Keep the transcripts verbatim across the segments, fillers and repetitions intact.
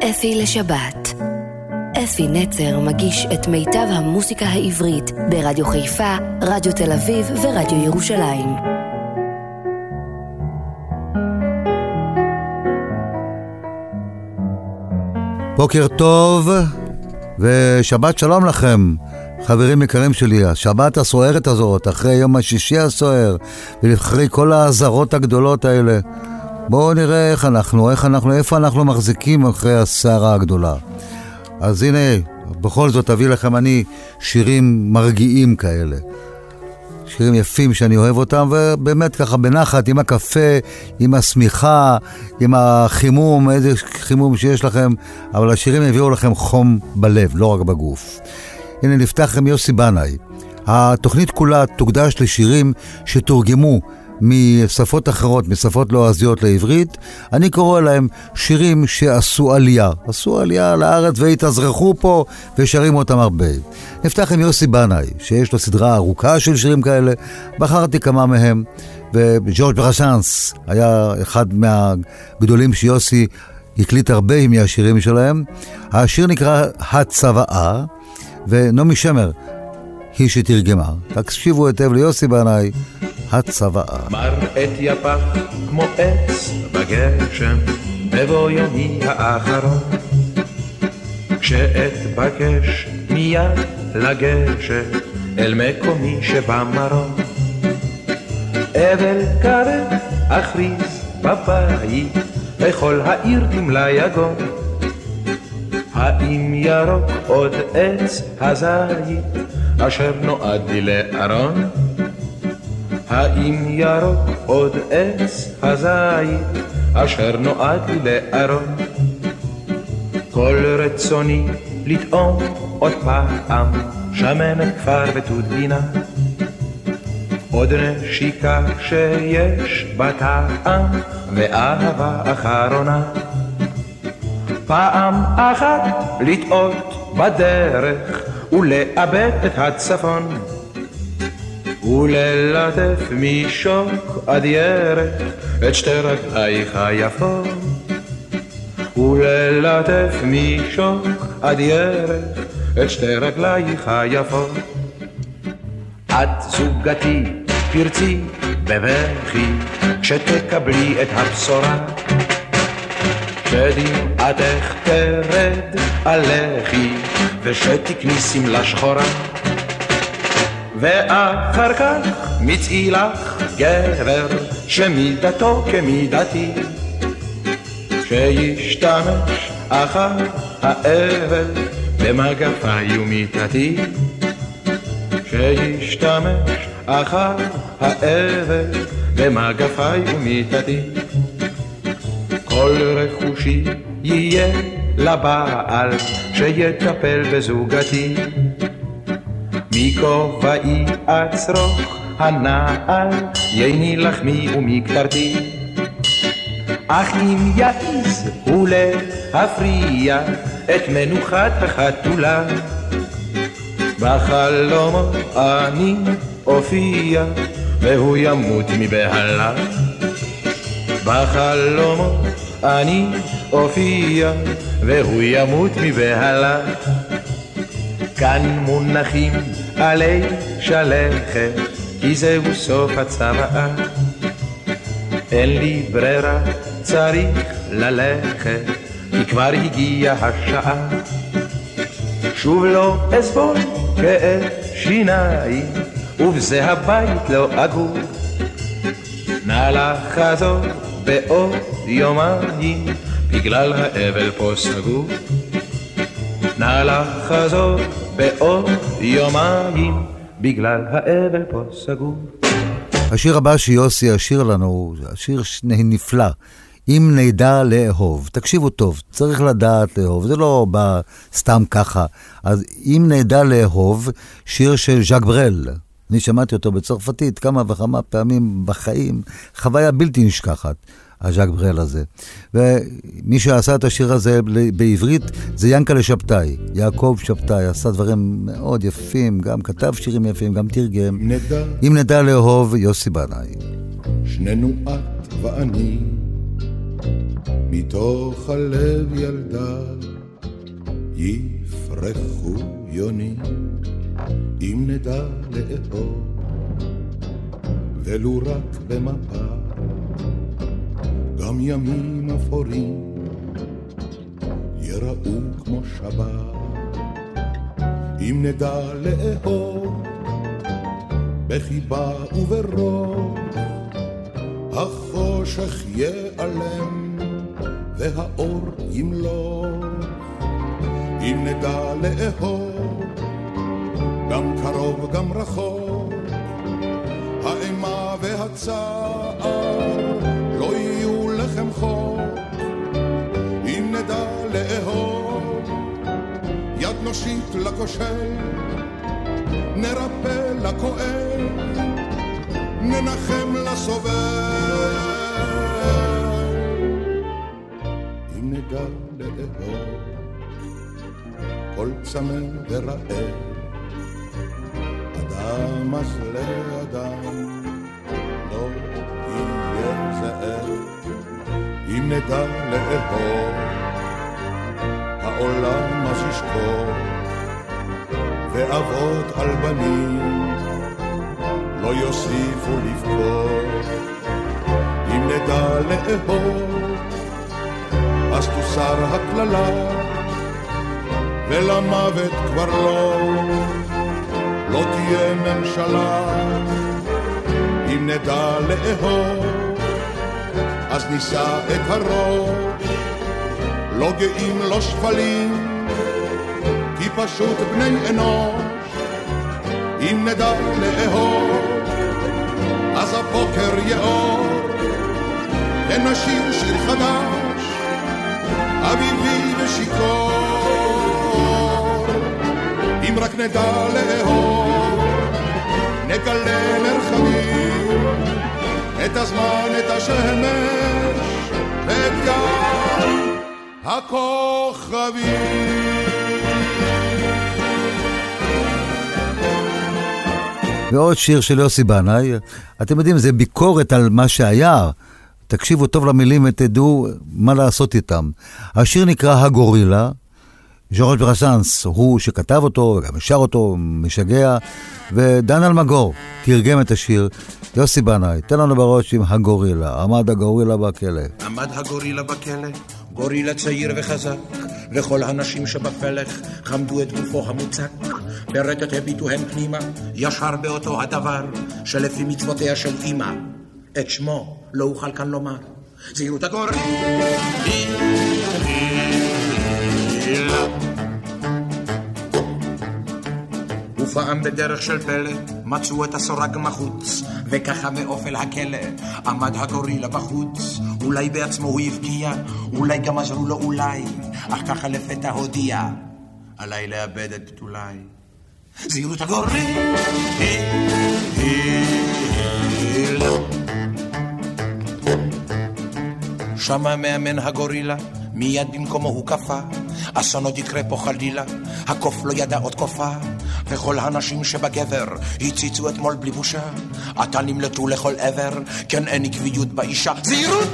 אפי לשבת. אפי נצר מגיש את מיטב המוסיקה העברית ברדיו חיפה, רדיו תל אביב ורדיו ירושלים. בוקר טוב ושבת שלום לכם, חברים יקרים שלי. השבת הסוערת הזאת, אחרי יום השישי הסוער ולאחרי כל העזרות הגדולות האלה, בואו נראה איך אנחנו, איך אנחנו, איפה אנחנו מחזיקים אחרי הסערה הגדולה. אז הנה, בכל זאת אביא לכם אני שירים מרגיעים כאלה. שירים יפים שאני אוהב אותם, ובאמת ככה בנחת, עם הקפה, עם השמיכה, עם החימום, איזה חימום שיש לכם, אבל השירים יביאו לכם חום בלב, לא רק בגוף. הנה נפתח עם יוסי בנאי. התוכנית כולה תוקדש לשירים שתורגמו משפות אחרות, משפות לועזיות לעברית. אני קורא להם שירים שעשו עלייה. עשו עלייה לארץ והתאזרחו פה ושרים אותם הרבה. נפתח עם יוסי בנאי, שיש לו סדרה ארוכה של שירים כאלה. בחרתי כמה מהם, וג'ורג' ברשאנס היה אחד מהגדולים שיוסי הקליט הרבה מהשירים שלהם. השיר נקרא הצוואה, ונעמי שמר היא שתרגמה. תקשיבו היטב ליוסי בנאי, הצוואה. מראת יפה כמו עץ בגשם בבוא יומי האחרון, כשאתבקש מיד לגשת אל מקומי שבמרום, אבל כרת אכריז בבית בכל העיר תמלה יגון, האם ירוק עוד עץ הזית אשר נועד לי לארון? האם ירוק עוד עץ הזית אשר נועד לי לארון? כל רצוני לטעום עוד פעם שמנת כפר ותות בינה, עוד נשיקה שיש בה טעם ואהבה אחרונה, פעם אחת לטעות בדרך ולאבד את הצפון, וללטף משוק עד ירך את שתי רגלייך היפות, וללטף משוק עד ירך את שתי רגלייך היפות. את זוגתי פרצי בבכי כשתקבלי את הבשורה, שדמעתך תרד עליכי ושתקני שמלה שחורה, ואחר כך מצאי לך גבר שמידתו כמידתי, שישתמש אחר האבל במגפי ומיטתי, שישתמש אחר האבל במגפי ומיטתי. כל רכושי יהיה לבעל שיטפל בזוגתי, מכובעי אצרוך הנעל ייני לחמי ומקטרתי, אך אם יעיז הוא להפריע את מנוחת החתולה, בחלומו אני אופיע והוא ימות מבהלה, בחלומו אני אופיע והוא ימות מבהלה. כאן מונחים עלי שלכת כי זהו סוף הצוואה, אין לי ברירה צריך ללכת כי כבר הגיעה השעה, שוב לא אסבול כאב שיניים ובזה הבית לא אגור, נא לחזור בעוד יומיים בגלל האבל פה סגור, נא לחזור בעוד יומיים בגלל האבל פה סגור. השיר הבא שיוסי ישיר לנו, השיר נפלא, אם נדע לאהוב. תקשיבו טוב, צריך לדעת לאהוב, זה לא בא סתם ככה. אז אם נדע לאהוב, שיר של ז'אק ברל. אני שמעתי אותו בצרפתית כמה וכמה פעמים בחיים, חוויה בלתי נשכחת, הז'אק ברל הזה. ומי שעשה את השיר הזה בעברית זה ינקלה שבתאי, יעקב שבתאי, עשה דברים מאוד יפים, גם כתב שירים יפים, גם תרגם. נדע, אם נדע לאהוב, יוסי בנאי. שנינו את ואני מתוך הלב ילדה יפרחו יונים, אם נדע לאהוב ולו רק במפה, גם ימים אפורים יראו כמו שבת. אם נדע לאהוב בחיבה וברוב, החושך ייעלם והאור ימלוך. אם נדע לאהוב גם קרוב גם רחוק, האימה והצער לא יהיו לכם חוק. אם נדע לאהוב יד נושיט לכושל, נרפא לכואב, ננחם לסובל. אם נדע לאהוב כל צמא ורעב, אדם אז לאדם לא יהיה זאב. אם נדע לאהוב העולם אז ישקור, ואבות על בנים לא יוסיפו לבכות. אם נדע לאהוב אז תוסר הכללה, ולמוות כבר לא לא תהיה ממשלה. אם נדע לאהוב אז נישא את הראש, לא גאים לא שפלים כי פשוט בני אנוש. אם נדע לאהוב אז הבוקר יאור, ונשיר שיר חדש אביבי ושיכור. אם רק נדע לאהוב נגלה מרחבים, את הזמן את השמש ואת גל הכוכבים. ועוד שיר של יוסי בנאי, אתם יודעים, זה ביקורת על מה שהיה. תקשיבו טוב למילים ותדעו מה לעשות איתם. השיר נקרא הגורילה, ז'ורג' ברסנס הוא שכתב אותו וגם שר אותו, משגע, ודן אלמגור תרגם את השיר. יוסי בנאי, תן לנו בראש עם הגורילה. עמד הגורילה בכלא. עמד הגורילה בכלא, גורילה צעיר וחזק, וכל הנשים שבפלך חמדו את גופו המוצק, ברטט הביטו הם פנימה, ישר באותו הדבר, שלפי מצוותיה של אמא, את שמו לא אוכל כאן לומר. זהירות הגורילה. ופעם בדרך של פלא מצאו את הסורג מחוץ, וככה מאופל הכלא עמד הגורילה בחוץ. אולי בעצמו הוא הבקיע, אולי גם עזרו לו אולי, אך ככה לפתע הודיע עליי לאבד את פתולי. זהירות הגורילה. שמה מאמן הגורילה, מיד במקומו הוא קפה, אסון עוד יקרה פה חלילה, הקוף לא ידע עוד קופה, וכל הנשים שבגבר הציצו אתמול בלי בושה, עתה נמלטו לכל עבר, כן אין עקביות באישה. זהירות!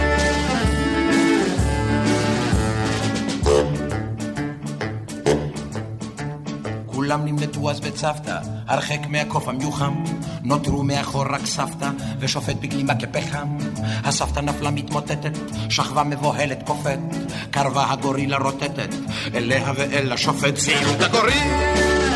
כולם נמלטו אז בצוותא, הרחק מהקוף המיוחם, נותרו מאחור רק סבתא, ושופט בגלימה כפחם. הסבתא נפלה מתמוטטת, שכבה מבוהלת קופת, קרבה הגורילה רוטטת, אליה ואל השופט. זהירות הגורילה.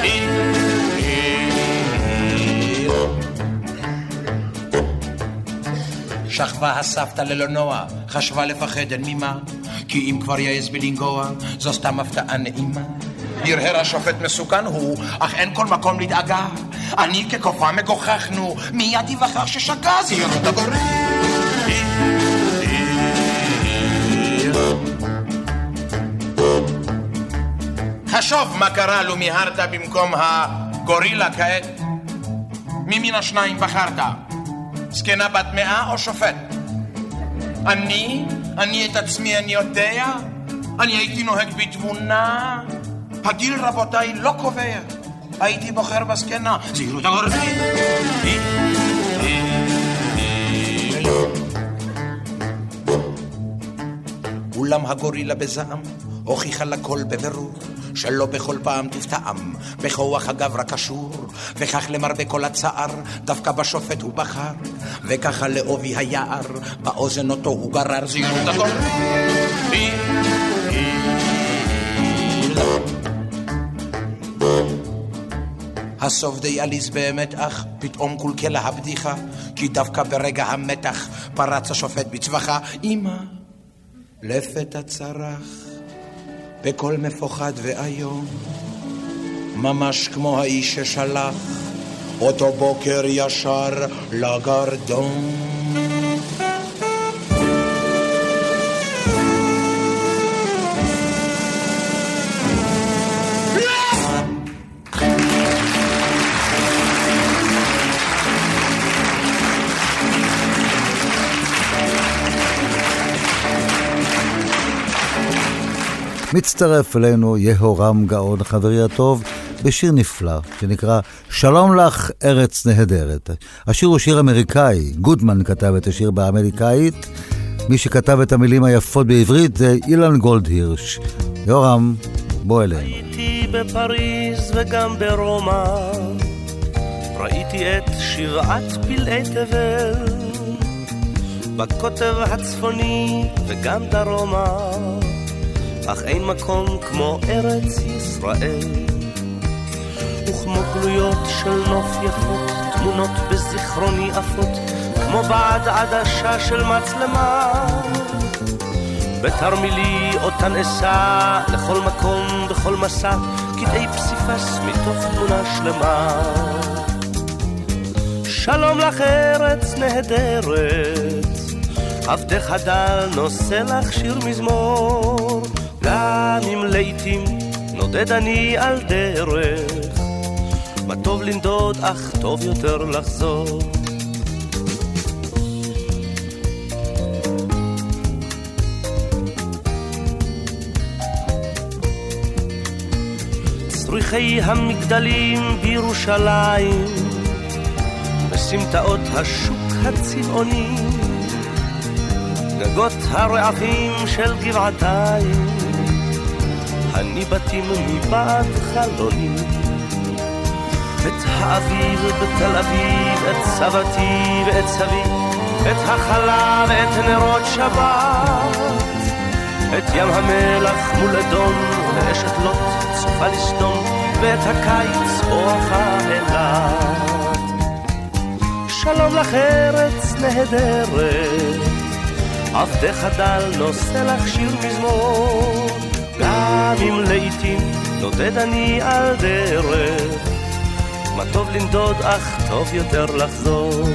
שכבה הסבתא ללא נוע, חשבה לפחד אין ממה, כי אם כבר יעז בלנגוע, זו סתם הפתעה נעימה. הרהר השופט מסוכן הוא, אך אין כל מקום לדאגה, אני כקופה מגוחכנו, מיד יבחר ששגה. זהירות הגורילה. חשוב מה קרה לו מיהרת במקום הגורילה כעת. מי מן השניים בחרת? זקנה בת מאה או שופט? אני? אני את עצמי אני יודע? אני הייתי נוהג בתבונה? הגיל רבותיי לא קובע, הייתי בוחר בסקנה. זהירות הגורילה. אולם הגורילה בזעם הוכיחה לכל בבירור שלא בכל פעם תופתעם בכוח הגברה קשור, וכך למרבה כל הצער דווקא בשופט הוא בחר, וככה לאובי היער באוזן אותו הוא גרר. זירו את הכל הסוף די עליז באמת, אך פתאום קולקלה הבדיחה, כי דווקא ברגע המתח פרץ השופט בצווחה. אמא לפתע צרח בקול מפוחד ואיום, ממש כמו האיש ששלח אותו בוקר ישר לגרדום. מצטרף אלינו יהורם גאון, חברי הטוב, בשיר נפלא שנקרא שלום לך ארץ נהדרת. השיר הוא שיר אמריקאי, גודמן כתב את השיר באמריקאית, מי שכתב את המילים היפות בעברית זה אילן גולדהירש. יהורם, בוא אלינו. הייתי בפריז וגם ברומא, ראיתי את שבעת פלאי תבל, בקוטב הצפוני וגם דרומה, אך אין מקום כמו ארץ ישראל, וכמו גלויות של נוף יפות, תמונות בזיכרוני עפות, כמו בעד עדשה של מצלמה, בתרמילי אותן אסע לכל מקום בכל מסע, קטעי פסיפס מתוך תמונה שלמה. שלום לך ארץ נהדרת, עבדך הדל נושא לך שיר מזמור, גם אם לעתים נודד אני על דרך, מה טוב לנדוד אך טוב יותר לחזור. צריכי המגדלים בירושלים, בסמטאות השוק הצבעוני, גגות הרעפים של גבעתיים, הניבטים מבעד חלוני, את האביב בתל אביב, את סבתי ואת סבי, את החלה ואת נרות שבת, את ים המלח מול אדום ואשת לוט צופה לסדום, ואת הקיץ אורחה אילת. שלום לך ארץ נהדרת, עבדך דל נושא לך שיר מזמור, גם אם לעתים נודד אני על דרך, מה טוב לנדוד אך טוב יותר לחזור.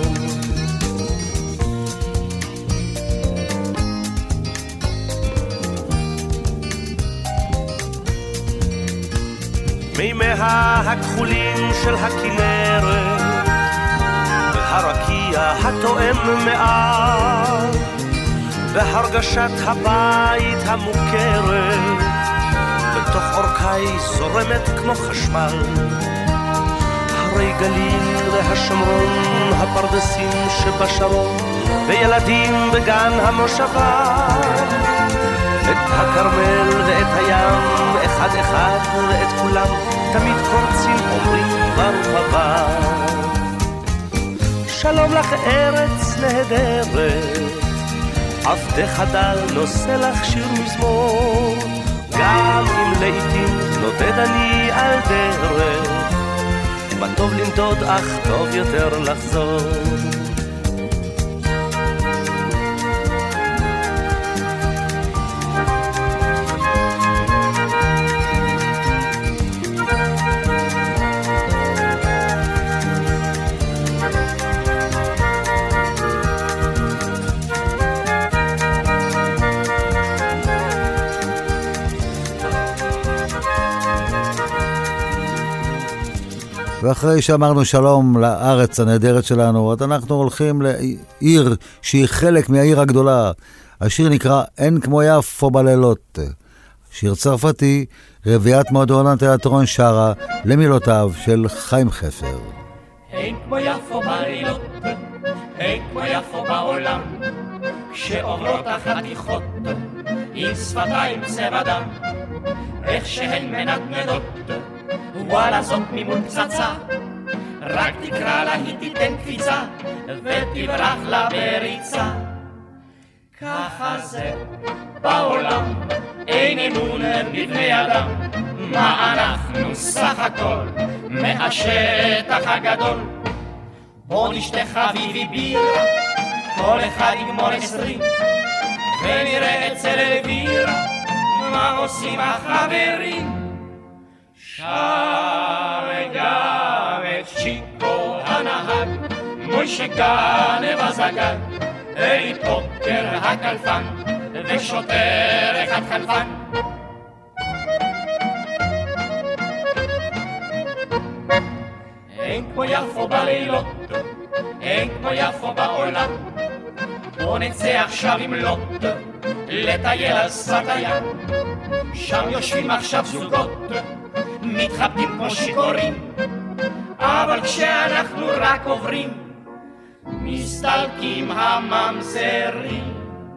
מימיה הכחולים של הכנרת והרקיע התואם מעל, והרגשת הבית המוכרת בתוך אורכי זורמת כמו חשמל, הרי גליל והשומרון, הפרדסים שבשרון, וילדים בגן המושבה, את הכרמל ואת הים, אחד אחד ואת כולם, תמיד קורצים אומרים ברוך הבא. שלום לך ארץ נהדרת, עבדך דל נושא לך שיר מזמור, גם אם לעתים נודד אני על דרך, מה טוב לנדוד אך טוב יותר לחזור. ואחרי שאמרנו שלום לארץ הנהדרת שלנו, עוד אנחנו הולכים לעיר שהיא חלק מהעיר הגדולה. השיר נקרא אין כמו יפו בלילות. שיר צרפתי, רביעיית מועדון התיאטרון שרה למילותיו של חיים חפר. אין כמו יפו בלילות, אין כמו יפו בעולם, כשעוברות החתיכות עם שפתיים צבע דם, איך שהן מנדנדות, וואלה זאת מימון פצצה, רק תקרא לה היא תיתן קפיצה, ותברח לה בריצה. ככה זה בעולם, אין אמון בבני אדם, מה אנחנו סך הכל מהשטח הגדול. בוא נשתה חביבי בירה, כל אחד יגמור עשרים, ונראה אצל אלבירה מה עושים החברים. שם גם את צ'יקו הנהג, מוישה גנב הזגג, אלי פוקר הקלפן, ושוטר אחד חלפן. אין כמו יפו בלילות, אין כמו יפו בעולם, בוא נצא עכשיו עם לוט, לטייל על שפת הים. שם יושבים עכשיו זוגות, מתחבקים כמו שיכורים, אבל כשאנחנו רק עוברים, מסתלקים הממזרים.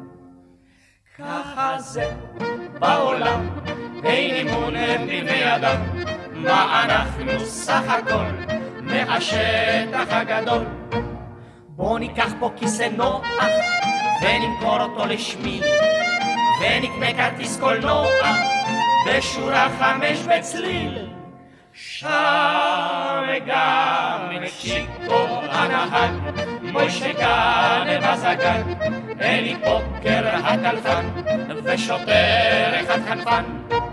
ככה זה בעולם, אין אמון בבני אדם, מה אנחנו סך הכל מהשטח הגדול. בוא ניקח פה כיסא נוח ונמכור אותו לשמיל, ונקנה כרטיס קולנוע בשורה חמש בצליל. שם גם את צ'יקו הנהג, מוישה גנב הזגג, אלי פוקר הקלפן, ושוטר אחד חלפן.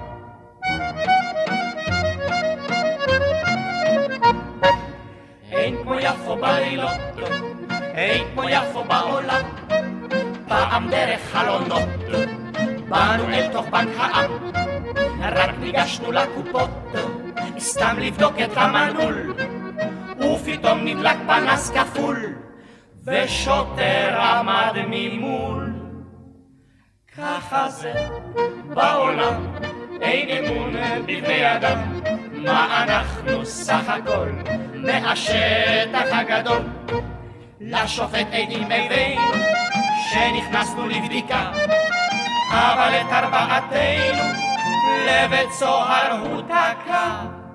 אין כמו יפו בלילות, אין כמו יפו בעולם, פעם דרך חלונות באנו אל תוך בנק העם, רק ניגשנו לקופות סתם לבדוק את המנעול, ופתאום נדלק פנס כפול ושוטר עמד ממול. ככה זה בעולם, אין אמון בבני אדם, מה אנחנו סך הכל מהשטח הגדול. לשופט עדים הבין שנכנסנו לבדיקה, אבל את ארבעתנו לבית סוהר הוא תקע.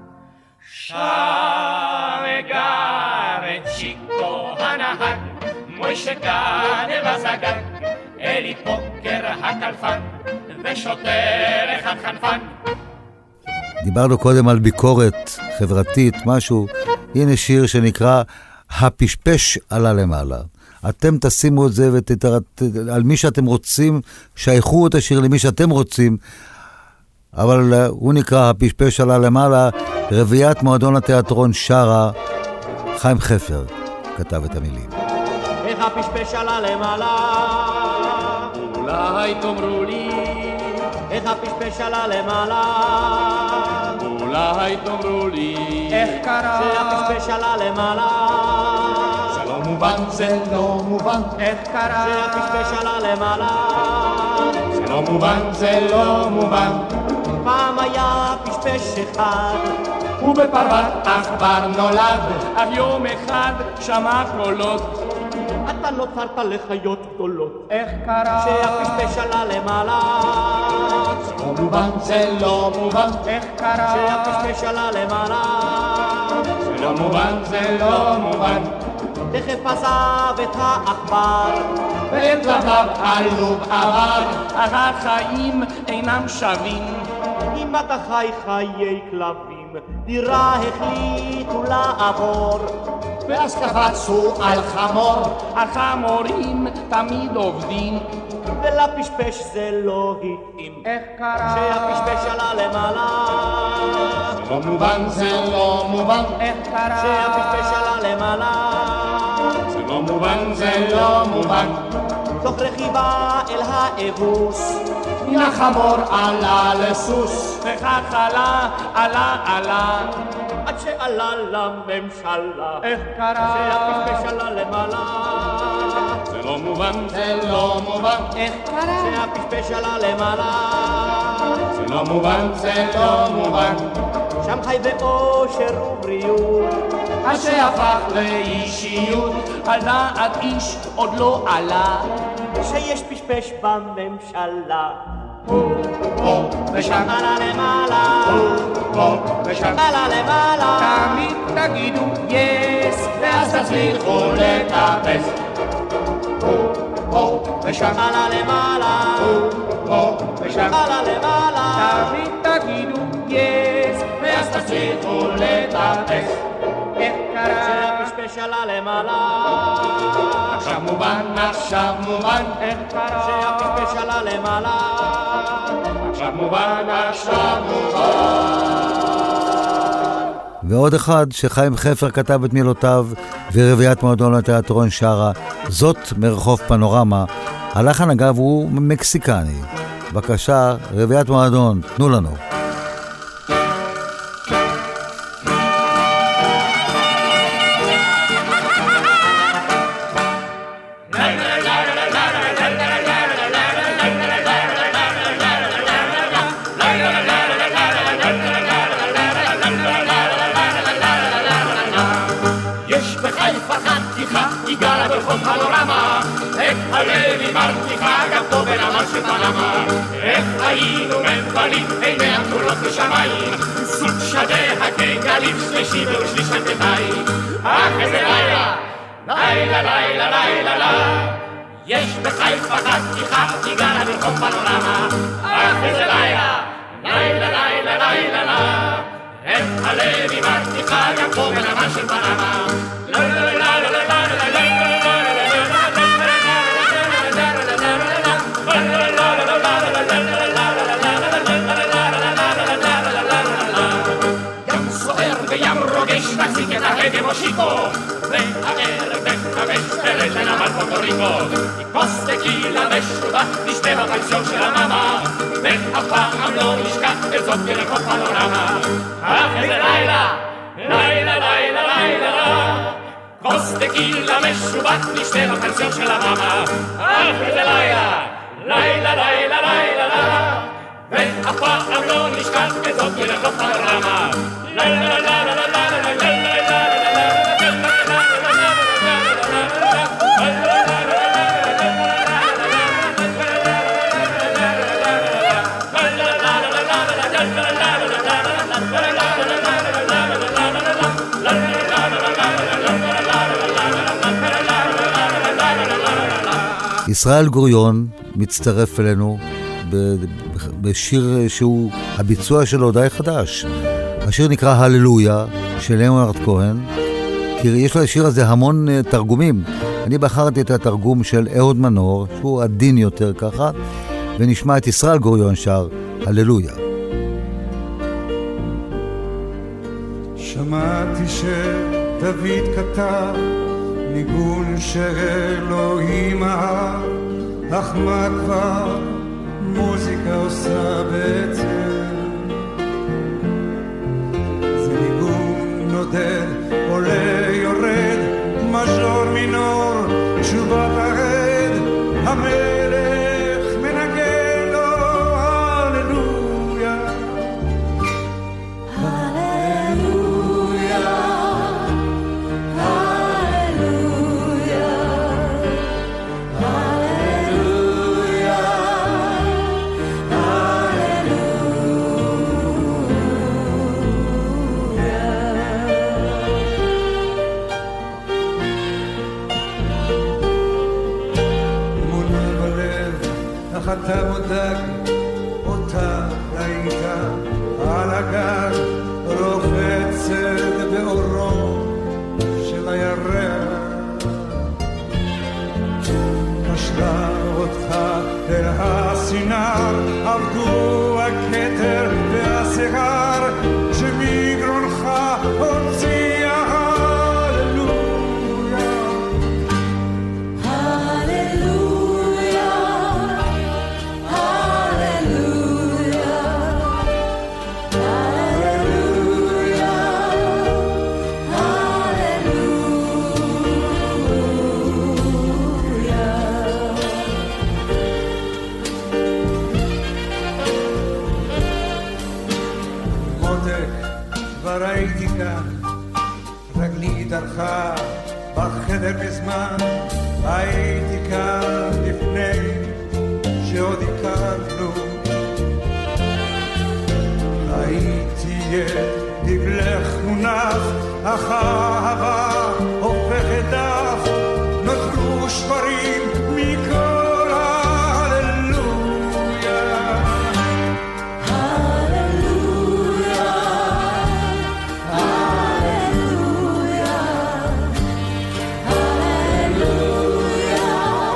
שם גר את צ'יקו הנהג, מוישה גנב הזגג, אלי פוקר הקלפן, ושוטר אחד חנפן. דיברנו קודם על ביקורת חברתית, משהו. הנה שיר שנקרא הפשפש עלה למעלה. אתם תשימו את זה ותתרת, על מי שאתם רוצים, שייכו את השיר למי שאתם רוצים, אבל הוא נקרא הפשפש עלה למעלה. רביעיית מועדון התיאטרון שרה, חיים חפר כתב את המילים. איך הפשפש עלה למעלה, אולי תאמרו לי, איך הפשפש עלה למעלה, אולי תאמרו לי, איך קרה שהפשפש עלה למעלה, זה לא מובן, זה לא מובן, איך קרה שהפשפש עלה למעלה, זה לא מובן, זה לא מובן. פעם היה פשפש אחד, ובפרוות עכבר נולד, אך יום אחד שמע קולות, אתה נוצרת לחיות גדולות. איך קרה שהפשפש עלה למעלה, זה לא מובן, זה לא מובן, איך קרה שהפשפש עלה למעלה, זה לא מובן, זה לא מובן. תכף עזב את העכבר, ואת לבב עלוב עבר, אך החיים אינם שווים. אם אתה חי חיי כלבים, דירה החליטו לעבור, ואז קפצו על חמור, החמורים תמיד עובדים, ולפשפש זה לא התאים. איך קרה שהפשפש עלה למעלה, זה לא מובן, זה לא מובן, איך קרה שהפשפש עלה למעלה, זה לא מובן, זה לא מובן. תוך רכיבה אל האבוס, מן החמור עלה לסוס, וכך עלה, עלה, עלה, עד שעלה לממשלה. איך קרה שהפשפש עלה למעלה, זה לא מובן, זה לא מובן, איך קרה שהפשפש עלה למעלה, זה לא מובן, זה לא מובן. שם חי באושר ובריאות, עד שהפך לאישיות, על דעת איש עוד לא עלה, שיש פשפש בממשלה. הוא פה ושם, מעלה למעלה, הוא פה ושם, מעלה למעלה, תמיד תגידו יס, ואז תצליחו לטפס. הוא פה ושם, מעלה למעלה, הוא פה ושם, מעלה למעלה, תמיד תגידו יס, ואז תצליחו לטפס. איך קרה? שהפשפש עלה למעלה, עכשיו מובן, עכשיו מובן, איך קרה? שהפשפש עלה למעלה, עכשיו מובן, עכשיו מובן. ועוד אחד שחיים חפר כתב את מילותיו ורביית מועדון לתיאטרון שרה, זאת מרחוב פנורמה. הלחן אגב הוא מקסיקני. בבקשה, רביית מועדון, תנו לנו. היא גרה ברחוב פנורמה, איך הלב היא מרתיחה גם פה בנמל של פנמה. איך היינו מבלים עיני הגבולות בשמיים, סוג שדה הכגלים שלישי ושליש כתפיים. אך איזה לילה, לילה לילה לילה לילה, יש בחיפה חתיכה, היא גרה ברחוב פנורמה. אך איזה לילה, לילה לילה לילה לילה, איך הלב היא מרתיחה גם פה בנמל של פנמה. לילה לילה לילה תחזיק את ההגה מושיקו והערב מחמש תרד לנמל פורטוריקו. כוס טקילה משובח נשתה בפנסיון של המאמה, ואף פעם לא נשכח את זאת כרחוב פנורמה. אך איזה לילה, לילה לילה לילה, כוס טקילה משובח נשתה בפנסיון של המאמה. אך איזה לילה, לילה לילה לילה, ואף פעם לא נשכח את זאת כרחוב פנורמה. לילה לילה לילה ישראל גוריון מצטרף אלינו בשיר שהוא, הביצוע שלו די חדש. השיר נקרא הללויה של ליאונרד כהן, כי יש לשיר הזה המון תרגומים. אני בחרתי את התרגום של אהוד מנור, שהוא עדין יותר ככה, ונשמע את ישראל גוריון שר הללויה. שמעתי שדוד כתב ניגון שאלוהים אהב, אך מה כבר מוזיקה עושה בעצם? זה ניגון נודד, עולה יורד, מז'ור מינור, תשובת הרד, המלך מנגן לו הללויה. אתה מודק אותה ראית על הגג רוחצת באורו של הירח, קשרה אותך אל הסינר, עבדו הכתר והשיער שמגרונך הוציא הללויה. ראיתי כאן, רגלי דרכה בחדר מזמן, הייתי כאן לפני שעוד הכרנו, יהיה דגלך מונח, אך האהבה הופכת דף, נותרו שברים מכל הללויה. הללויה, הללויה, הללויה,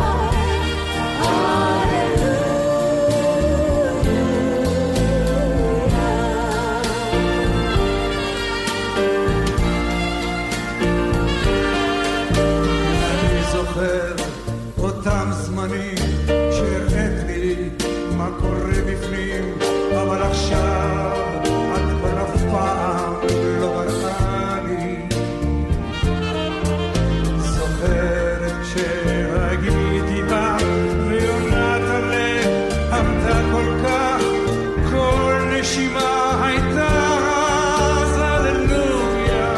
אותם זמנים שהראית לי מה קורה בפנים, אבל עכשיו את כבר אף פעם לא מראה לי. זוכרת שהגיתי בה ויונת הלב עמדה כל כך, כל נשימה הייתה אז הללויה.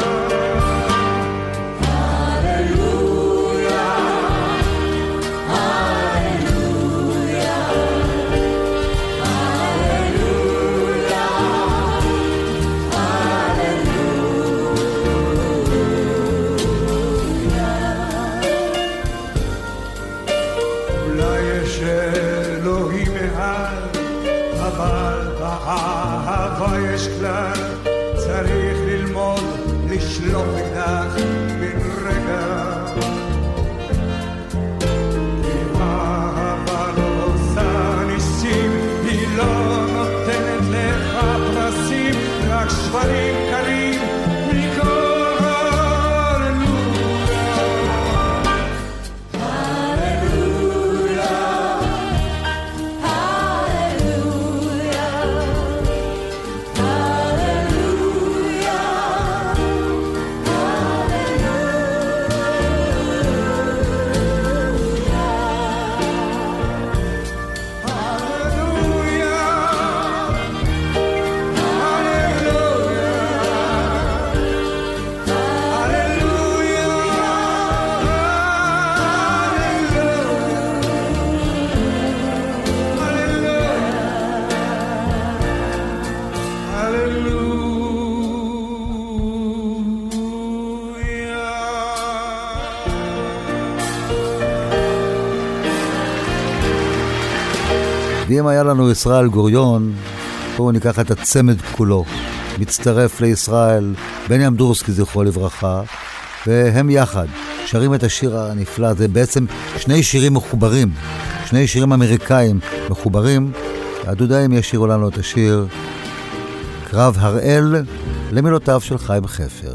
באהבה יש כלל, צריך ללמוד לשלוף אקדח בן רגע. אם האהבה לא עושה ניסים, היא לא נותנת לך פרסים, רק שברים קרים מכל ואם היה לנו ישראל גוריון, בואו ניקח את הצמד כולו. מצטרף לישראל בני אמדורסקי זכרו לברכה, והם יחד שרים את השיר הנפלא. זה בעצם שני שירים מחוברים, שני שירים אמריקאים מחוברים. הדודאים ישירו לנו את השיר קרב הראל למילותיו של חיים חפר.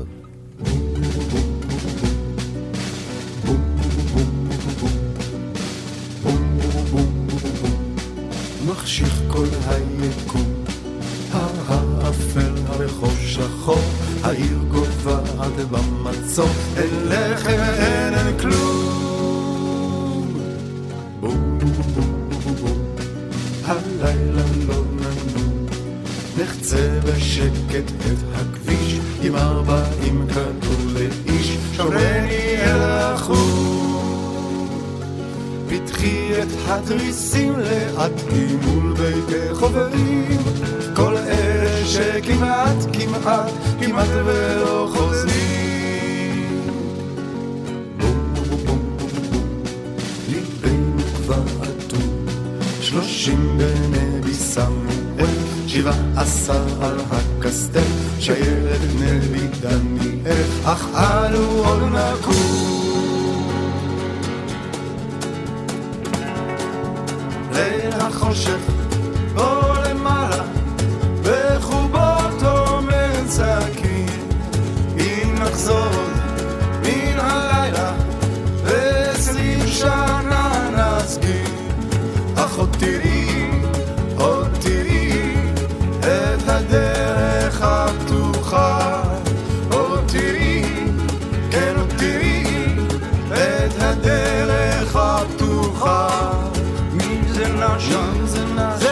מחשיך כל היקום, האפל הרחוב שחור, העיר גובעת במצור, אין לחם אין אין כלום. בום בום בום בום, הלילה לא ננום, נחצה בשקט את הכביש, עם ארבעים כדור לאיש, שומרני אל החום. פתחי את התריסים לאט מול ביתי חוברים, כל אלה שכמעט כמעט כמעט ולא חוזרים. בום בום בום בום בום, ליבנו כבר אדום, שלושים בנבי סמואל, שבעה עשר על הקסטל, שיירת נבי דניאל, אך אנו עוד נקום. ליל החושך בוא למעלה, בחובות עומר צעקים, אם נחזור מן הלילה ועשרים שנה נסגיר. אך עוד תראי, עוד תראי את הדרך הפתוחה, עוד תראי, כן עוד תראי את הדרך הפתוחה. זה נשם, זה נשם,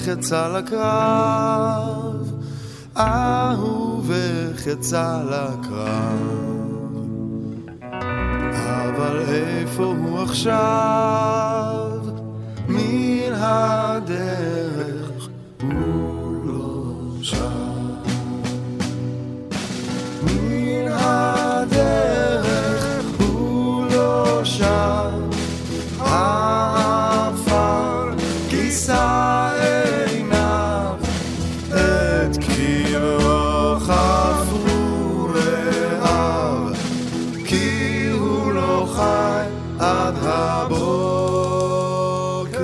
יצא לקרב, אהובך יצא לקרב, אבל איפה הוא עכשיו? מן הדרך הוא לא שם, מן הדרך הוא לא שם, העפר כיסה עיניו, את קברו חפרו רעיו, כי הוא לא חי עד הבוקר.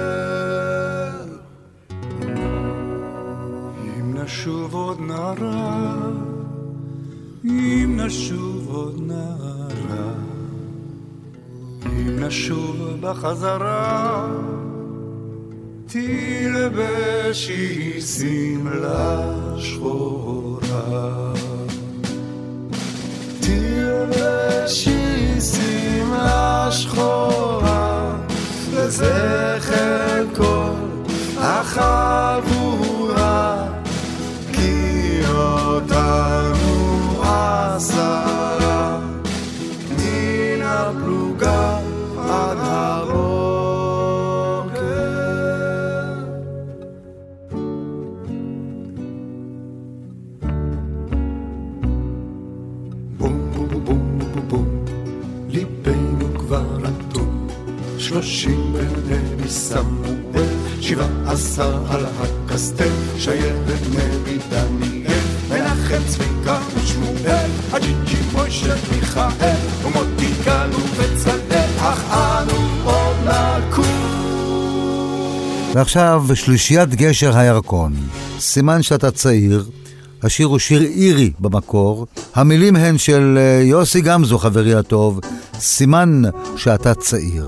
אם נשוב עוד נערה, אם נשוב עוד נערה, אם נשוב בחזרה, תלבשי שמלה שחורה, תלבשי שמלה שחורה, לזכר כל החבורה, כי אותנו עשרה, מן הפלוגה עד הבוקר. בום בום בום בום בום, ליבנו כבר אטום, שלושים בני סמואל, שבעה עשר על הקסטל, שיירת נבי דניאל, מנחם צביקה ושמואל, הג'ינג'י מוישה מיכאל, ומוטי גלו וצלאל, אך אנו עוד נקום. ועכשיו שלישיית גשר הירקון, סימן שאתה צעיר. השיר הוא שיר אירי במקור, המילים הן של יוסי גמזו חברי הטוב, סימן שאתה צעיר.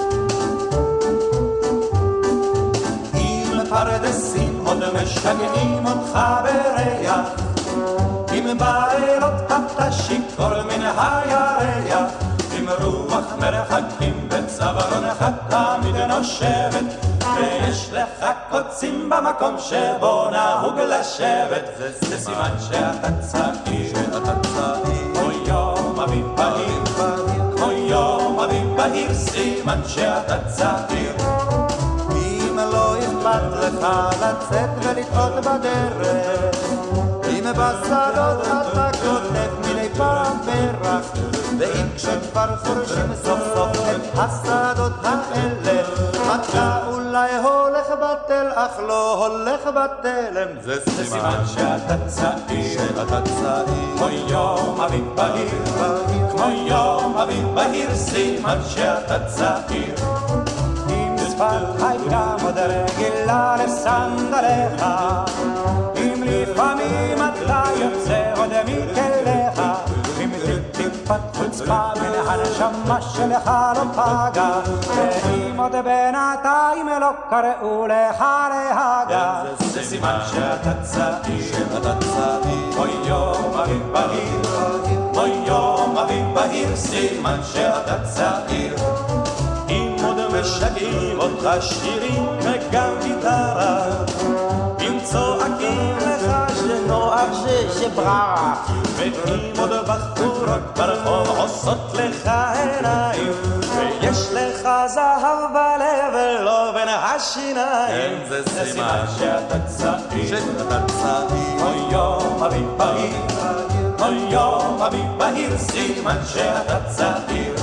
אם פרדסים עוד משגעים אותך בריח, אם בלילות אתה שיכור מן הירח, אם רוח מרחקים בצווארונך תמיד נושבת, ויש לך קוצים במקום שבו נהוג לשבת, זה סימן שאתה צעיר, כמו יום אביב בהיר, כמו יום אביב בהיר, סימן שאתה צעיר. אם לא אכפת לך לצאת ולטעות בדרך, אם בשדות אתה כותב מילי פעם פרח, ואם כשכבר חורשים סוף סוף את השדות האלה, אתה אולי הולך בטל אך לא הולך בתלם, זה סימן שאתה צעיר, שאתה צעיר, כמו יום אביב בהיר, כמו יום אביב בהיר, סימן שאתה צעיר. אם שפת הייתה עוד רגילה לסנדליך, אם לפעמים אתה יוצא עוד מכליך, אם טיפת חוצפה מן הנשמה שלך לא פגע, ואם עוד בינתיים לא קראו לך להגע, זה סימן שאתה צעיר, שאתה צעיר, כמו יום אביב בהיר, כמו יום אביב בהיר, סימן שאתה צעיר. אם עוד משגעים אותך שירים וגם גיטרה, אם צועקים לך שנוח ששבררה, ואם עוד בחורות ברחוב עושות לך עיניים, ויש לך זהב בלב ולא בין השיניים, זה סימן שאתה צעיר, שאתה צעיר, כמו יום אביב בהיר, כמו יום אביב בהיר, סימן שאתה צעיר.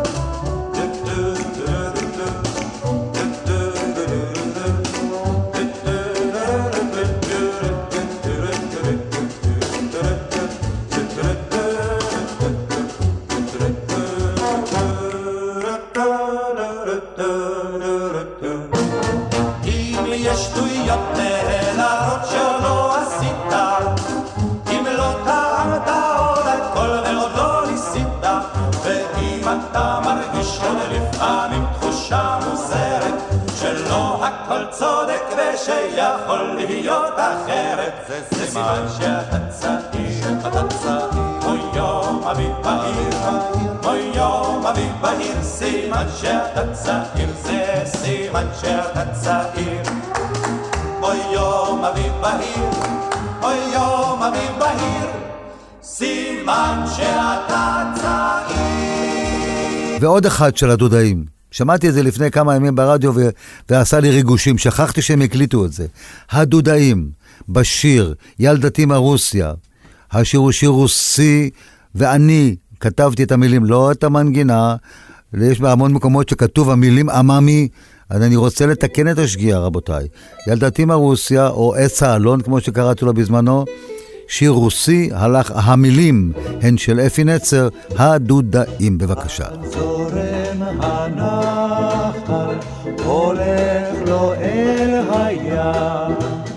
הכל צודק ושיכול להיות אחרת, זה סימן שאתה צעיר, אתה צעיר, כמו יום אביב בהיר, כמו יום אביב בהיר, סימן שאתה צעיר, זה סימן שאתה צעיר, כמו אוי יום אביב בהיר, אוי יום אביב בהיר, סימן שאתה צעיר. ועוד אחד של הדודאים. שמעתי את זה לפני כמה ימים ברדיו ו... ועשה לי ריגושים, שכחתי שהם הקליטו את זה. הדודאים, בשיר, ילדתי מרוסיה. השיר הוא שיר רוסי, ואני כתבתי את המילים, לא את המנגינה. יש בהמון מקומות שכתוב המילים אממי, אז אני רוצה לתקן את השגיאה, רבותיי. ילדתי מרוסיה, או עץ האלון, כמו שקראתי לו בזמנו, שיר רוסי, הלך, המילים הן של אפי נצר, הדודאים, בבקשה. זורם הנחל, הולך לו אל הים,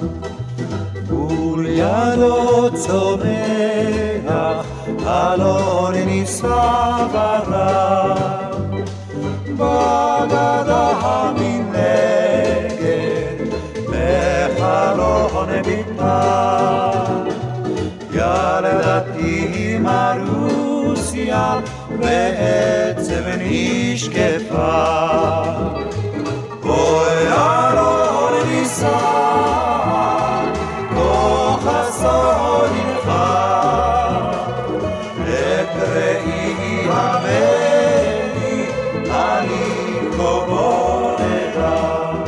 ולידו צומח, אלון נישא ברם, בגדה המנגד, בחלון ביתה, ילדתי מרוסיה, בעצב נשקפה, אוי אלון נישא, כוח הסודינך, את ראי המני, אני קובונדה.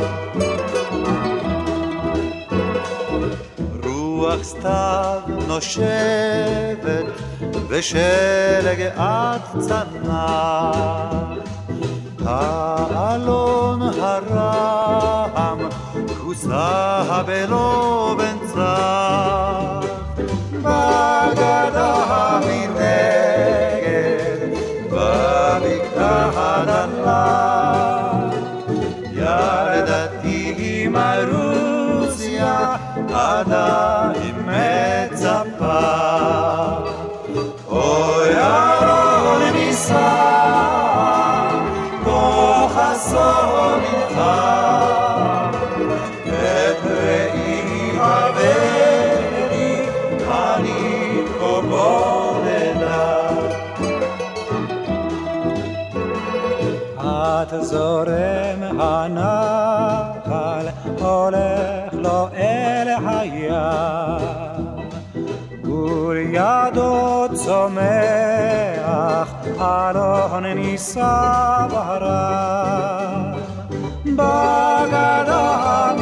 רוח סתיו נושבת, ושלג עד צנח, האלון הרם, כוסה בלא בן צח, בגדה המנגד, בבקתה הנדלה, ילדתי מרוסיה, עדיין מצפה, אוי אלון נישא, כוח הסודינך, את ראי הבני, אני קובונדה. את זורם הנחל, הולך לו אל הים, ולידו צומח, אלון נישא ברם, בגדה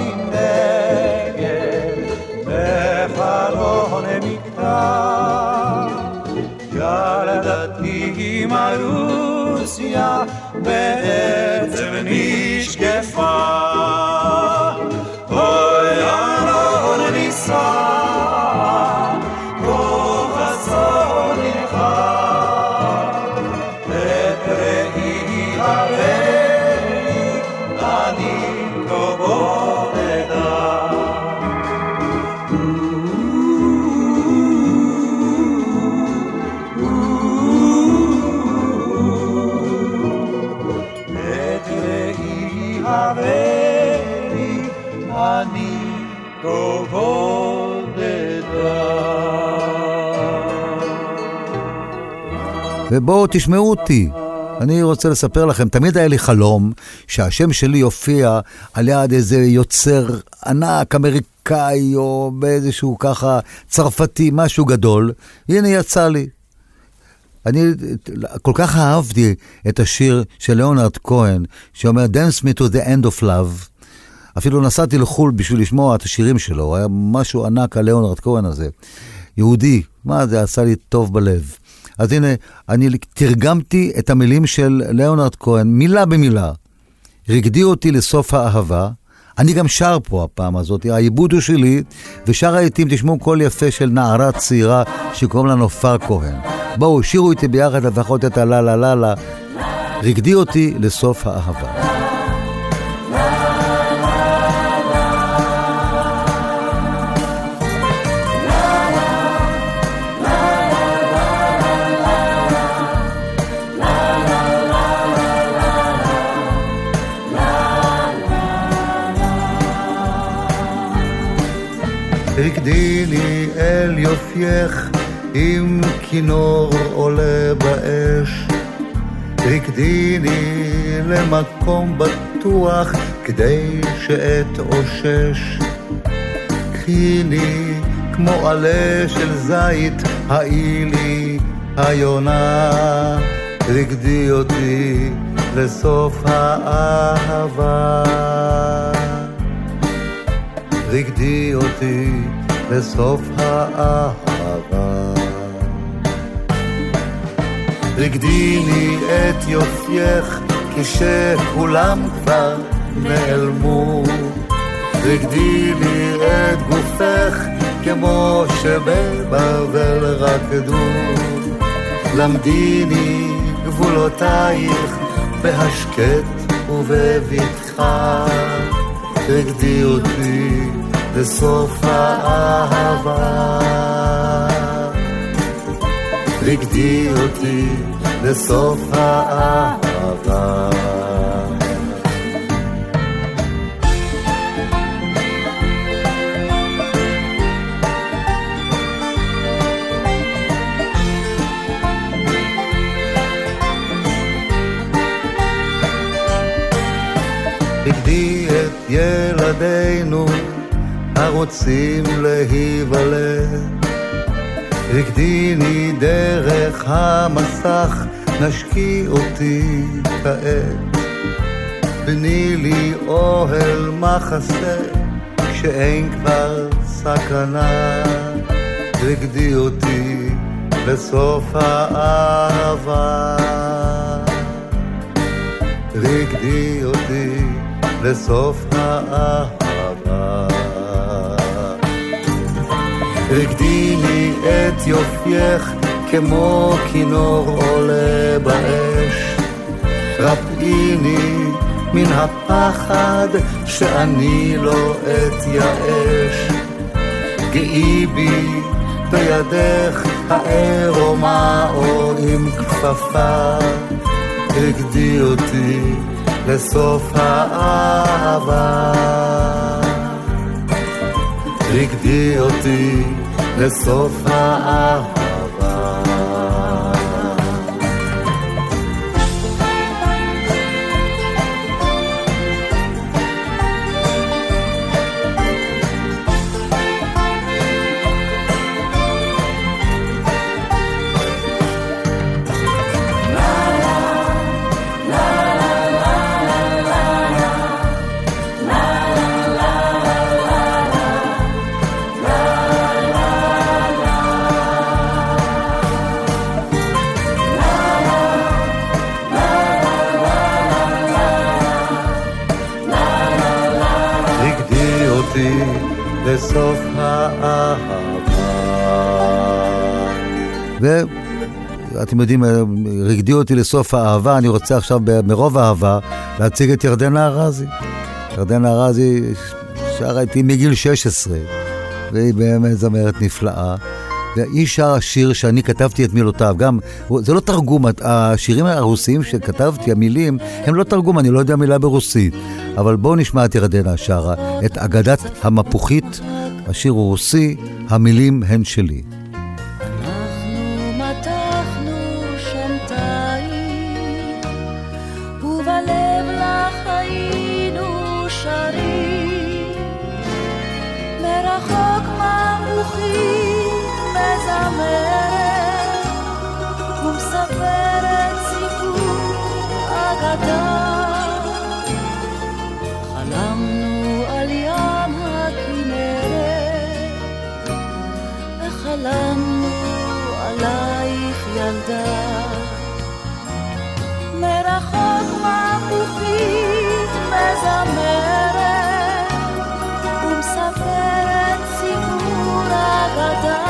המנגד, בחלון מקטע, ילדתי מרוסיה, בעצב נשקפה, אוי אלון נישא, כוח הסודינך, את ראי הבני, אני קובונדה. את ראי הבני, אני קובונדה. ובואו תשמעו אותי. אני רוצה לספר לכם, תמיד היה לי חלום שהשם שלי יופיע על יד איזה יוצר ענק אמריקאי או באיזשהו ככה צרפתי, משהו גדול. הנה יצא לי. אני כל כך אהבתי את השיר של ליאונרד כהן, שאומר Dance me to the end of love. אפילו נסעתי לחול בשביל לשמוע את השירים שלו. היה משהו ענק על ליאונרד כהן הזה. יהודי, מה זה עשה לי טוב בלב. אז הנה, אני תרגמתי את המילים של ליאונרד כהן, מילה במילה. רגדי אותי לסוף האהבה. אני גם שר פה הפעם הזאת, העיבוד הוא שלי, ושר העיתים תשמעו קול יפה של נערה צעירה שקוראים לה נופר כהן. בואו, שירו איתי ביחד לפחות את הלה לה לה לה. רגדי אותי לסוף האהבה. רקדיני אל יופייך עם כינור עולה באש, רקדיני למקום בטוח כדי שאת אושש, הניחיני כמו עלה של זית, האי לי היונה, רקדי אותי לסוף האהבה, רקדי אותי לסוף האהבה. רקדיני את יופייך כשכולם כבר נעלמו, רקדיני את גופך כמו שבבבל רקדו, למדיני גבולותייך בהשקט ובבטחה, רקדי אותי לסוף האהבה, רקדי אותי לסוף האהבה. רקדי את ילדינו הרוצים להיוולד, רקדיני דרך המסך, נשקי אותי כעת, בני לי אוהל מחסה כשאין כבר סכנה, רקדי אותי לסוף האהבה, רקדי אותי לסוף האהבה. רקדיני את יופייך כמו כינור עולה באש, רפאיני מן הפחד שאני לא אתייאש, גאי בי בידך העירומה או עם כפפה, רקדי אותי לסוף האהבה, רקדי אותי לסוף האהבה. לסוף האהבה. ואתם יודעים, רקדי אותי לסוף האהבה. אני רוצה עכשיו מרוב האהבה להציג את ירדנה ארזי. ירדנה ארזי שרה איתי מגיל שש עשרה, והיא באמת זמרת נפלאה, והיא שרה שיר שאני כתבתי את מילותיו. גם, זה לא תרגום, השירים הרוסיים שכתבתי, המילים, הם לא תרגום, אני לא יודע מילה ברוסית, אבל בואו נשמע את ירדנה שרה את אגדת המפוחית. השיר הוא רוסי, המילים הן שלי. אנחנו מתחנו שנתיים, ובלב לך היינו שרים, מרחוק מפוחית מזמרת, ומספרת סיפור אגדה. חלמנו על ים הכנרת, וחלמנו עלייך ילדה. מרחוק מפוחית מזמרת, ומספרת סיפור אגדה.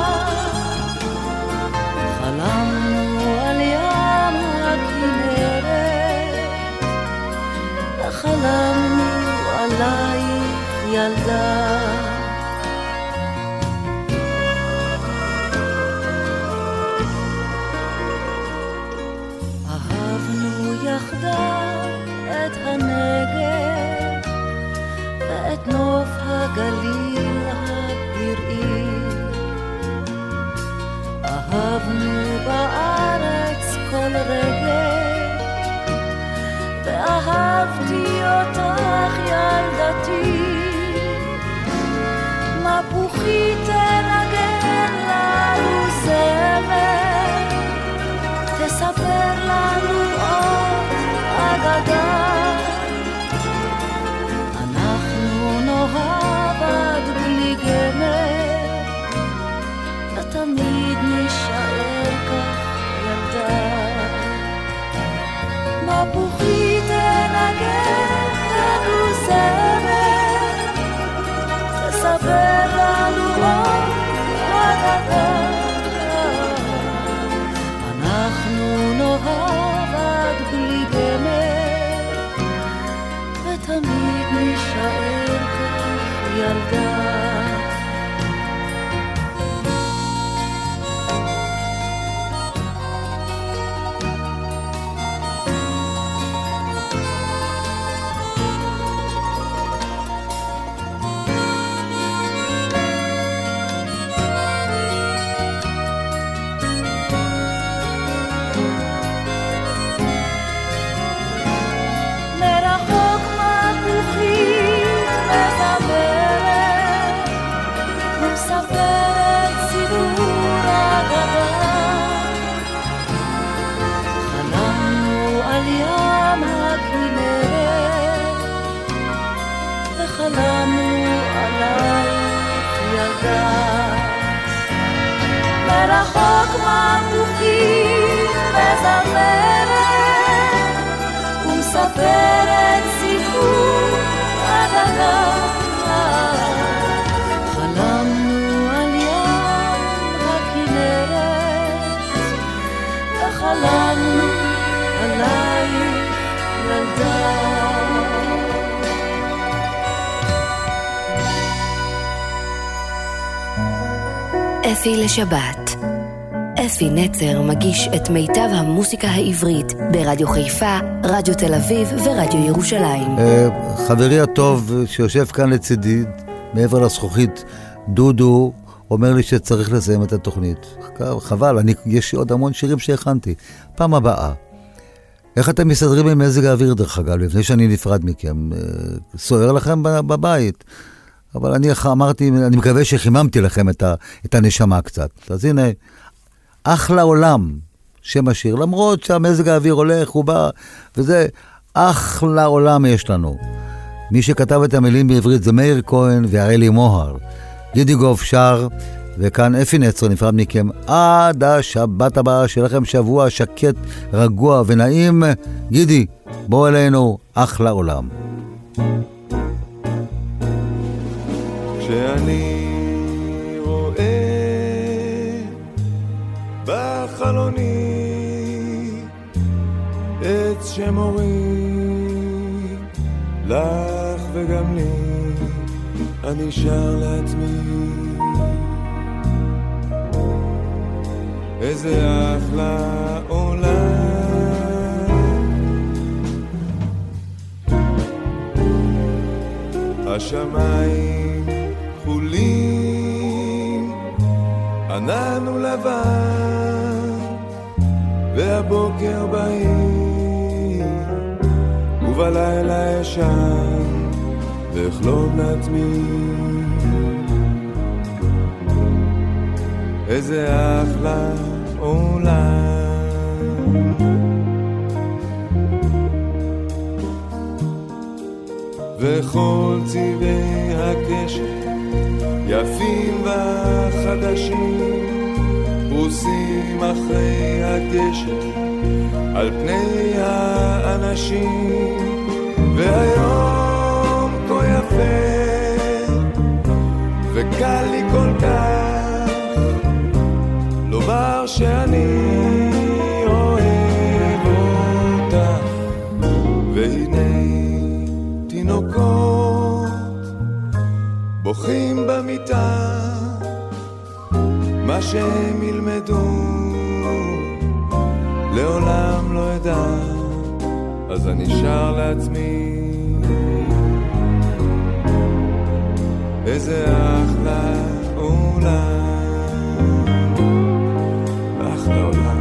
חלמנו על ים הכנרת, וחלמנו עלייך ילדה. אהבנו יחדיו את הנגב ואת נוף הגליל הפראי, אהבנו בארץ כל רגע, ואהבתי אותך ילדתי. מפוחית תנגן לנו זמר, תספר לנו עוד אגדה. אנחנו נאהב עד בלי גמר, ותמיד נשאר כך ילדה. מרחוק מפוחית מזמרת ומספרת סיפור אגדה. חלמנו על ים הכנרת וחלמנו עלייך ילדה. אפי לשבת. אפי נצר מגיש את מיטב המוסיקה העברית ברדיו חיפה, רדיו תל אביב ורדיו ירושלים. חברי הטוב שיושב כאן לצידי, מעבר לזכוכית, דודו, אומר לי שצריך לסיים את התוכנית. חבל, אני, יש עוד המון שירים שהכנתי. פעם הבאה. איך אתם מסתדרים עם מזג האוויר דרך אגב, לפני שאני נפרד מכם? סוער לכם בבית. אבל אני אמרתי, אני מקווה שחיממתי לכם את, ה, את הנשמה קצת. אז הנה, אחלה עולם, שם השיר, למרות שהמזג האוויר הולך, הוא בא, וזה, אחלה עולם יש לנו. מי שכתב את המילים בעברית זה מאיר כהן והראלי מוהר. גידי גוף שר, וכאן אפי נצר נפרד מכם עד השבת הבאה, שיהיה לכם שבוע שקט, רגוע ונעים. גידי, בוא אלינו, אחלה עולם. כשאני רואה בחלוני עץ שמורים לך וגם לי, אני שר לעצמי איזה אחלה עולם. השמיים חולים, ענן ולבן, והבוקר בהיר, ובלילה ישן, ואחלום לעצמי איזה אחלה עולם. וכל צבעי הקשת יפים וחדשים, פרוסים אחרי הגשם על פני האנשים, והיום כה יפה וקל לי כל כך לומר שאני אוהב אותך. והנה תינוקות בוכים במיטה, מה שהם ילמדו לעולם לא ידע, אז אני שר לעצמי איזה אחלה עולם, אחלה עולם.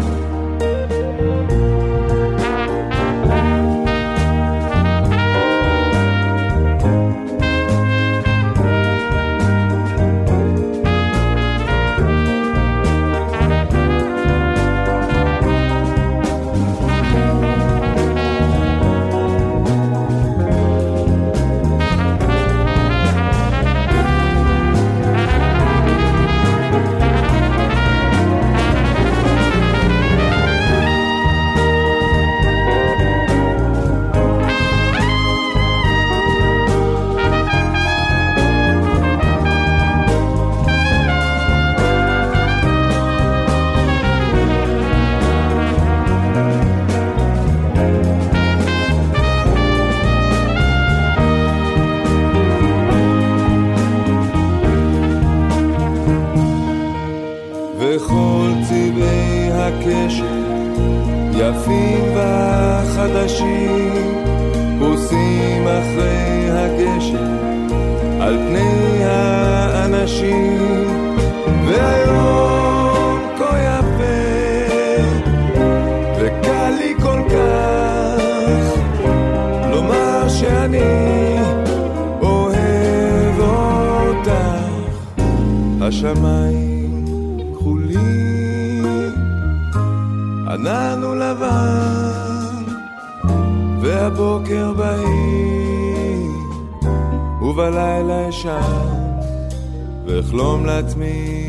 יפים וחדשים פרוסים אחרי הגשם על פני האנשים, והיום כה יפה וקל לי כל כך לומר שאני אוהב אותך. השמיים כחולים, ענן ולבן, והבוקר בהיר, ובלילה אשן ואחלום לעצמי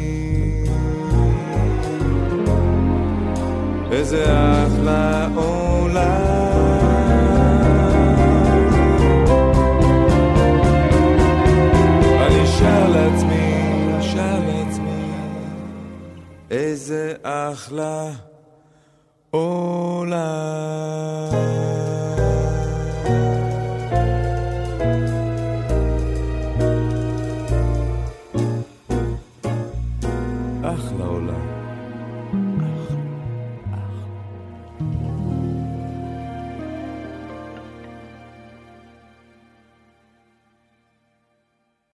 איזה אחלה עולם. אני שר לעצמי, שר לעצמי איזה אחלה עולם.